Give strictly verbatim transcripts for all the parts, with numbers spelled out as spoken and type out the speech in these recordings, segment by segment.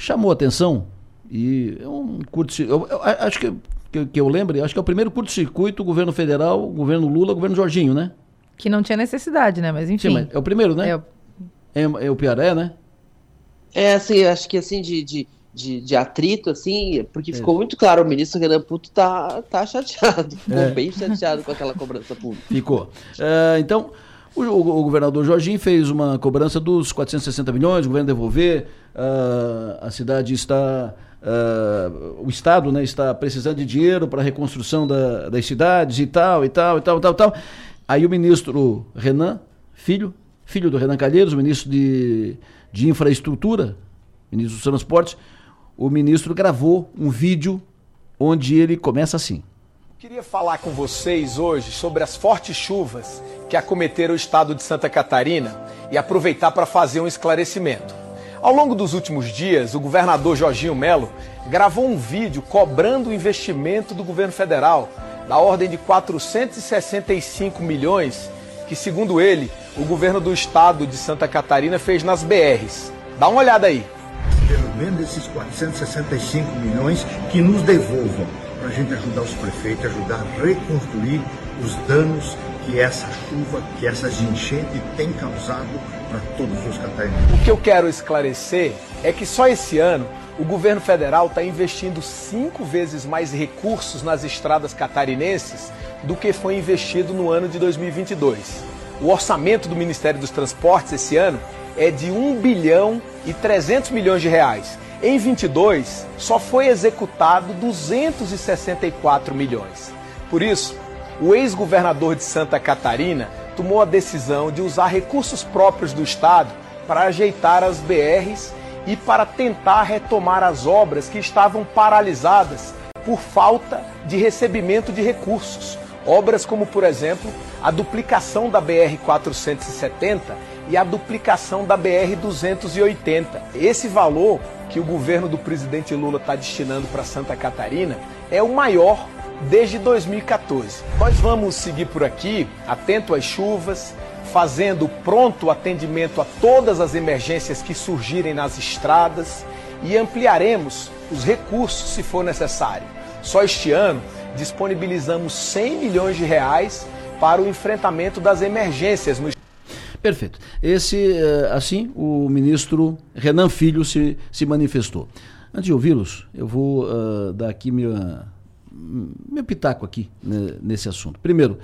chamou a atenção e é um curto, eu, eu, acho que, que, que eu lembro, acho que é o primeiro curto-circuito, governo federal, governo Lula, governo Jorginho, né? Que não tinha necessidade, né? Mas enfim. Sim, mas é o primeiro, né? É o, é, é o Piaré, né? É, assim, acho que assim, de, de, de, de atrito, assim, porque é. ficou muito claro, o ministro Renan Puto tá, tá chateado, ficou é. bem chateado com aquela cobrança pública. Ficou. Uh, então, o, o, o governador Jorginho fez uma cobrança dos quatrocentos e sessenta milhões, o governo devolver, uh, a cidade está... Uh, o Estado, né, está precisando de dinheiro para a reconstrução da, das cidades e tal, e tal, e tal, e tal, e tal. Aí o ministro Renan, filho, filho do Renan Calheiros, o ministro de, de Infraestrutura, ministro dos Transportes, o ministro gravou um vídeo onde ele começa assim. Queria falar com vocês hoje sobre as fortes chuvas que acometeram o estado de Santa Catarina e aproveitar para fazer um esclarecimento. Ao longo dos últimos dias, o governador Jorginho Melo gravou um vídeo cobrando o investimento do governo federal da ordem de quatrocentos e sessenta e cinco milhões que, segundo ele, o governo do estado de Santa Catarina fez nas B Rs. Dá uma olhada aí. Pelo menos esses quatrocentos e sessenta e cinco milhões que nos devolvam para a gente ajudar os prefeitos, ajudar a reconstruir os danos que essa chuva, que essas enchentes têm causado para todos os catarinenses. O que eu quero esclarecer é que só esse ano o governo federal está investindo cinco vezes mais recursos nas estradas catarinenses do que foi investido no ano de dois mil e vinte e dois. O orçamento do Ministério dos Transportes esse ano é de um bilhão e trezentos milhões de reais. Em vinte e dois, só foi executado duzentos e sessenta e quatro milhões. Por isso, o ex-governador de Santa Catarina tomou a decisão de usar recursos próprios do estado para ajeitar as B Rs e para tentar retomar as obras que estavam paralisadas por falta de recebimento de recursos. Obras como, por exemplo, a duplicação da B R quatrocentos e setenta e a duplicação da B R duzentos e oitenta. Esse valor que o governo do presidente Lula está destinando para Santa Catarina é o maior desde dois mil e quatorze. Nós vamos seguir por aqui, atento às chuvas, fazendo pronto atendimento a todas as emergências que surgirem nas estradas e ampliaremos os recursos se for necessário. Só este ano disponibilizamos cem milhões de reais para o enfrentamento das emergências no Perfeito. Esse, assim, o ministro Renan Filho se, se manifestou. Antes de ouvi-los, eu vou uh, dar aqui minha, meu pitaco aqui, né, nesse assunto. Primeiro,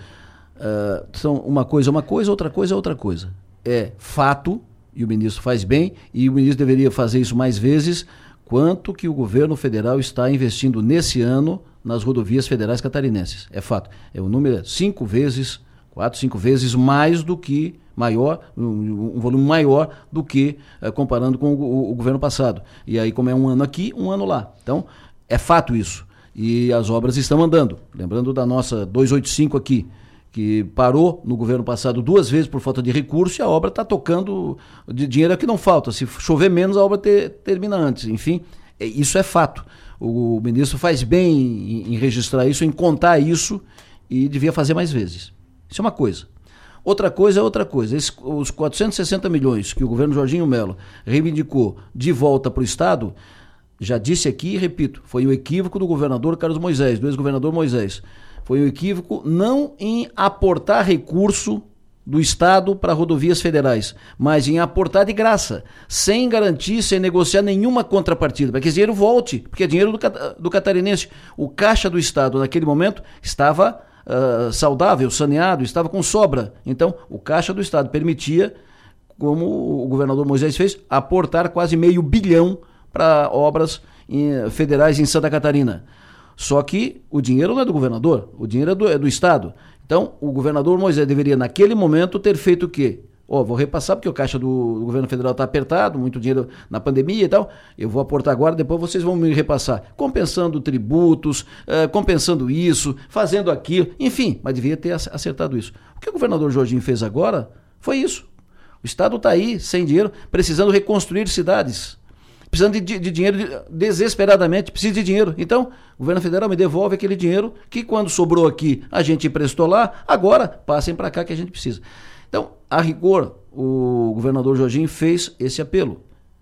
uh, são uma coisa é uma coisa, outra coisa é outra coisa. É fato, e o ministro faz bem, e o ministro deveria fazer isso mais vezes, quanto que o governo federal está investindo nesse ano nas rodovias federais catarinenses. É fato. É o número é cinco vezes, quatro, cinco vezes mais do que maior, um, um volume maior do que uh, comparando com o, o, o governo passado. E aí, como é um ano aqui, um ano lá. Então, é fato isso. E as obras estão andando. Lembrando da nossa duzentos e oitenta e cinco aqui, que parou no governo passado duas vezes por falta de recurso, e a obra está tocando, de dinheiro é que não falta. Se chover menos, a obra te, termina antes. Enfim, é, isso é fato. O ministro faz bem em, em registrar isso, em contar isso, e devia fazer mais vezes. Isso é uma coisa. Outra coisa é outra coisa. Esse, os quatrocentos e sessenta milhões que o governo Jorginho Melo reivindicou de volta para o Estado, já disse aqui e repito, foi um equívoco do governador Carlos Moisés, do ex-governador Moisés. Foi um equívoco não em aportar recurso do Estado para rodovias federais, mas em aportar de graça, sem garantir, sem negociar nenhuma contrapartida, para que esse dinheiro volte, porque é dinheiro do, do catarinense. O caixa do Estado, naquele momento, estava uh, saudável, saneado, estava com sobra. Então, o caixa do Estado permitia, como o governador Moisés fez, aportar quase meio bilhão para obras em, federais em Santa Catarina. Só que o dinheiro não é do governador, o dinheiro é do, é do Estado. Então, o governador Moisés deveria, naquele momento, ter feito o quê? Ó, oh, vou repassar porque o caixa do, do governo federal está apertado, muito dinheiro na pandemia e tal, eu vou aportar agora, depois vocês vão me repassar. Compensando tributos, uh, compensando isso, fazendo aquilo, enfim, mas devia ter acertado isso. O que o governador Jorginho fez agora foi isso. O Estado está aí, sem dinheiro, precisando reconstruir cidades. Precisando de, de dinheiro de, desesperadamente, precisa de dinheiro. Então, o governo federal me devolve aquele dinheiro que quando sobrou aqui a gente emprestou lá, agora passem para cá que a gente precisa. Então, a rigor, o governador Jorginho fez esse apelo.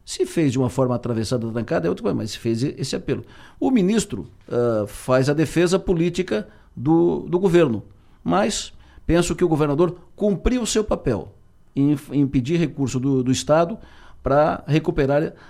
Se fez de uma forma atravessada, trancada, é outra coisa, mas se fez esse apelo. O ministro uh, faz a defesa política do, do governo, mas penso que o governador cumpriu o seu papel em, em pedir recurso do, do Estado para recuperar uh,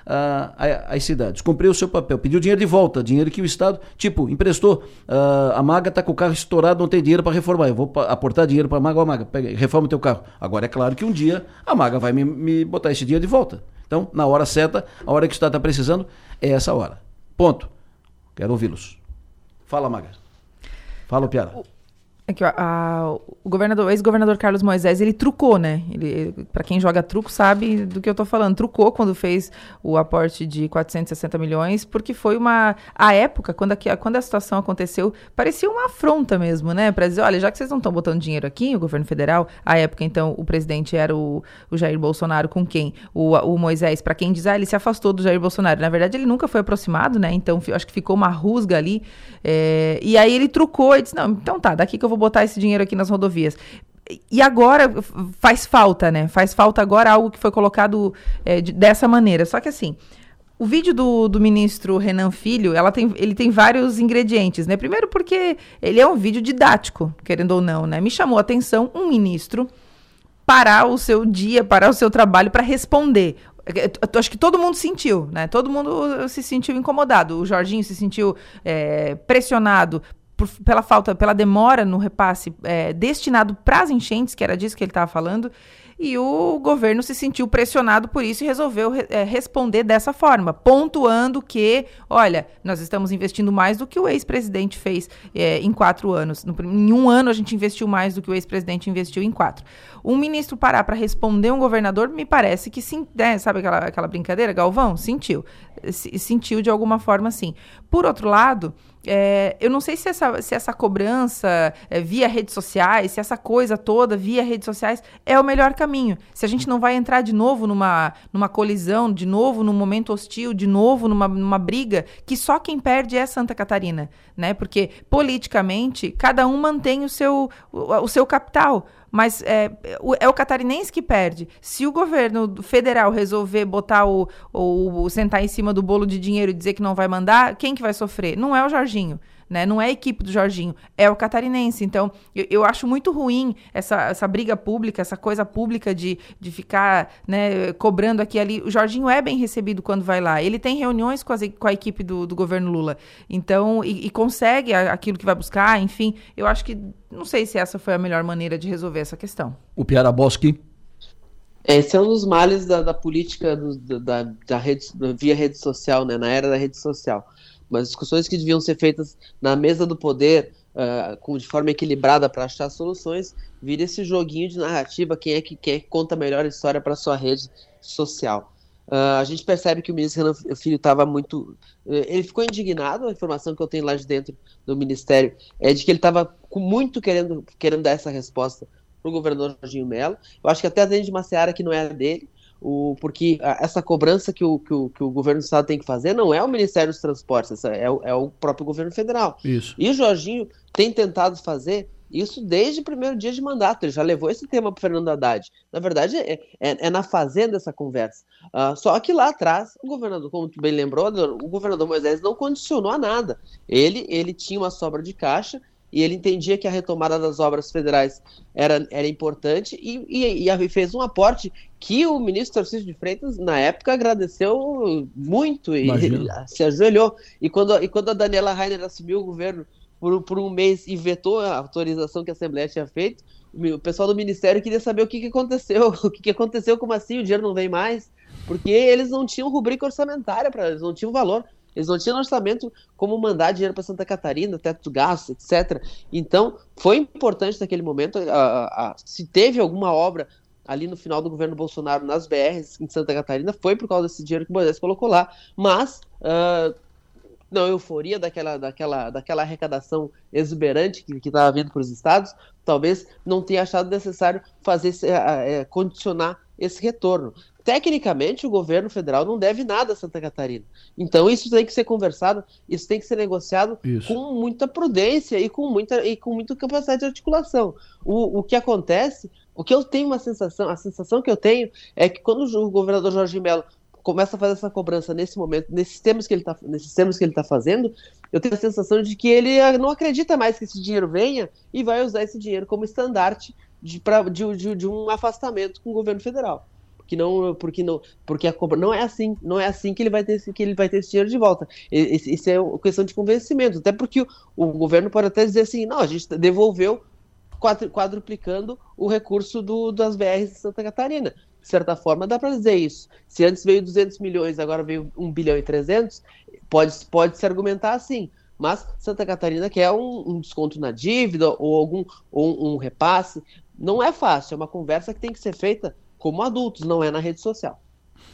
a, as cidades. Cumpriu o seu papel, pediu dinheiro de volta, dinheiro que o Estado, tipo, emprestou. Uh, a Maga está com o carro estourado, não tem dinheiro para reformar. Eu vou aportar dinheiro para a Maga, ó Maga, pega, reforma o teu carro. Agora é claro que um dia a Maga vai me, me botar esse dinheiro de volta. Então, na hora certa, a hora que o Estado está precisando, é essa hora. Ponto. Quero ouvi-los. Fala, Maga. Fala, Piara. Aqui, ó, a, o governador, o ex-governador Carlos Moisés, ele trucou, né? Ele, para quem joga truco sabe do que eu tô falando. Trucou quando fez o aporte de quatrocentos e sessenta milhões, porque foi uma... A época, quando a, quando a situação aconteceu, parecia uma afronta mesmo, né? Para dizer, olha, já que vocês não estão botando dinheiro aqui, o governo federal, à época, então, o presidente era o, o Jair Bolsonaro, com quem? O, o Moisés, para quem diz, ah, ele se afastou do Jair Bolsonaro. Na verdade, ele nunca foi aproximado, né? Então, acho que ficou uma rusga ali. É, e aí ele trucou e disse, não, então tá, daqui que eu vou botar esse dinheiro aqui nas rodovias. E agora faz falta, né? Faz falta agora algo que foi colocado é, de, dessa maneira. Só que assim, o vídeo do, do ministro Renan Filho, ela tem, ele tem vários ingredientes, né? Primeiro porque ele é um vídeo didático, querendo ou não, né? Me chamou a atenção um ministro parar o seu dia, parar o seu trabalho para responder. Eu acho que todo mundo sentiu, né? Todo mundo se sentiu incomodado. O Jorginho se sentiu é, pressionado por, pela falta, pela demora no repasse é, destinado para as enchentes, que era disso que ele estava falando, e o governo se sentiu pressionado por isso e resolveu é, responder dessa forma, pontuando que, olha, nós estamos investindo mais do que o ex-presidente fez é, em quatro anos. No, em um ano a gente investiu mais do que o ex-presidente investiu em quatro. Um ministro parar para responder um governador, me parece que sim, né, sabe aquela, aquela brincadeira, Galvão? Sentiu. S- sentiu de alguma forma, sim. Por outro lado, É, eu não sei se essa, se essa cobrança é, via redes sociais, se essa coisa toda via redes sociais é o melhor caminho. Se a gente não vai entrar de novo numa, numa colisão, de novo num momento hostil, de novo numa, numa briga, que só quem perde é Santa Catarina, né? Porque politicamente cada um mantém o seu, o, o seu capital. Mas é, é o catarinense que perde. Se o governo federal resolver botar o, o, o sentar em cima do bolo de dinheiro e dizer que não vai mandar, quem que vai sofrer? Não é o Jorginho, né? Não é a equipe do Jorginho, é o catarinense. Então, eu, eu acho muito ruim essa, essa briga pública, essa coisa pública de, de ficar, né, cobrando aqui e ali. O Jorginho é bem recebido quando vai lá. Ele tem reuniões com, as, com a equipe do, do governo Lula. Então, e, e consegue aquilo que vai buscar, enfim. Eu acho que, não sei se essa foi a melhor maneira de resolver essa questão. O Piara Boschi. Esse é um dos males da, da política do, da, da rede, via rede social, né, na era da rede social. Mas discussões que deviam ser feitas na mesa do poder, uh, com, de forma equilibrada para achar soluções, vira esse joguinho de narrativa, quem é que, quem é que conta a melhor história para a sua rede social. Uh, a gente percebe que o ministro Renan Filho estava muito... Uh, ele ficou indignado, a informação que eu tenho lá de dentro do ministério é de que ele estava muito querendo, querendo dar essa resposta para o governador Jorginho Mello. Eu acho que até dentro de uma seara que não é dele, O, porque essa cobrança que o, que, o, que o governo do estado tem que fazer não é o Ministério dos Transportes, é o, é o próprio governo federal. Isso. E o Jorginho tem tentado fazer isso desde o primeiro dia de mandato. Ele já levou esse tema para o Fernando Haddad. Na verdade, é, é, é na fazenda essa conversa. Uh, só que lá atrás, o governador, como tu bem lembrou, o governador Moisés não condicionou a nada. Ele, ele tinha uma sobra de caixa e ele entendia que a retomada das obras federais era, era importante e, e, e fez um aporte que o ministro Tarcísio de Freitas, na época, agradeceu muito e Imagina. se ajoelhou. E quando, e quando a Daniela Rainer assumiu o governo por, por um mês e vetou a autorização que a Assembleia tinha feito, o pessoal do Ministério queria saber o que, que aconteceu. O que, que aconteceu, como assim? O dinheiro não vem mais? Porque eles não tinham rubrica orçamentária, pra, eles não tinham valor. Eles não tinham orçamento como mandar dinheiro para Santa Catarina, teto de gastos, etcétera. Então, foi importante naquele momento, a, a, a, se teve alguma obra ali no final do governo Bolsonaro nas B Rs em Santa Catarina, foi por causa desse dinheiro que o Moisés colocou lá. Mas, uh, na euforia daquela, daquela, daquela arrecadação exuberante que estava vindo para os estados, talvez não tenha achado necessário fazer, uh, uh, condicionar esse retorno. Tecnicamente, o governo federal não deve nada a Santa Catarina. Então, isso tem que ser conversado, isso tem que ser negociado isso. com muita prudência e com muita, e com muita capacidade de articulação. O, o que acontece, o que eu tenho uma sensação, a sensação que eu tenho é que quando o governador Jorginho Mello começa a fazer essa cobrança nesse momento, nesses termos que ele está nesses termos que ele está fazendo, eu tenho a sensação de que ele não acredita mais que esse dinheiro venha e vai usar esse dinheiro como estandarte de, pra, de, de, de um afastamento com o governo federal. Porque não, porque não, porque a cobra não é assim, não é assim que ele vai ter esse, que ele vai ter esse dinheiro de volta. Isso é uma questão de convencimento, até porque o, o governo pode até dizer assim, não, a gente devolveu quadruplicando o recurso do, das B Rs de Santa Catarina. De certa forma, dá para dizer isso. Se antes veio duzentos milhões, agora veio um bilhão e trezentos, pode, pode se argumentar assim. Mas Santa Catarina quer um, um desconto na dívida ou algum ou um, um repasse. Não é fácil, é uma conversa que tem que ser feita como adultos, não é na rede social.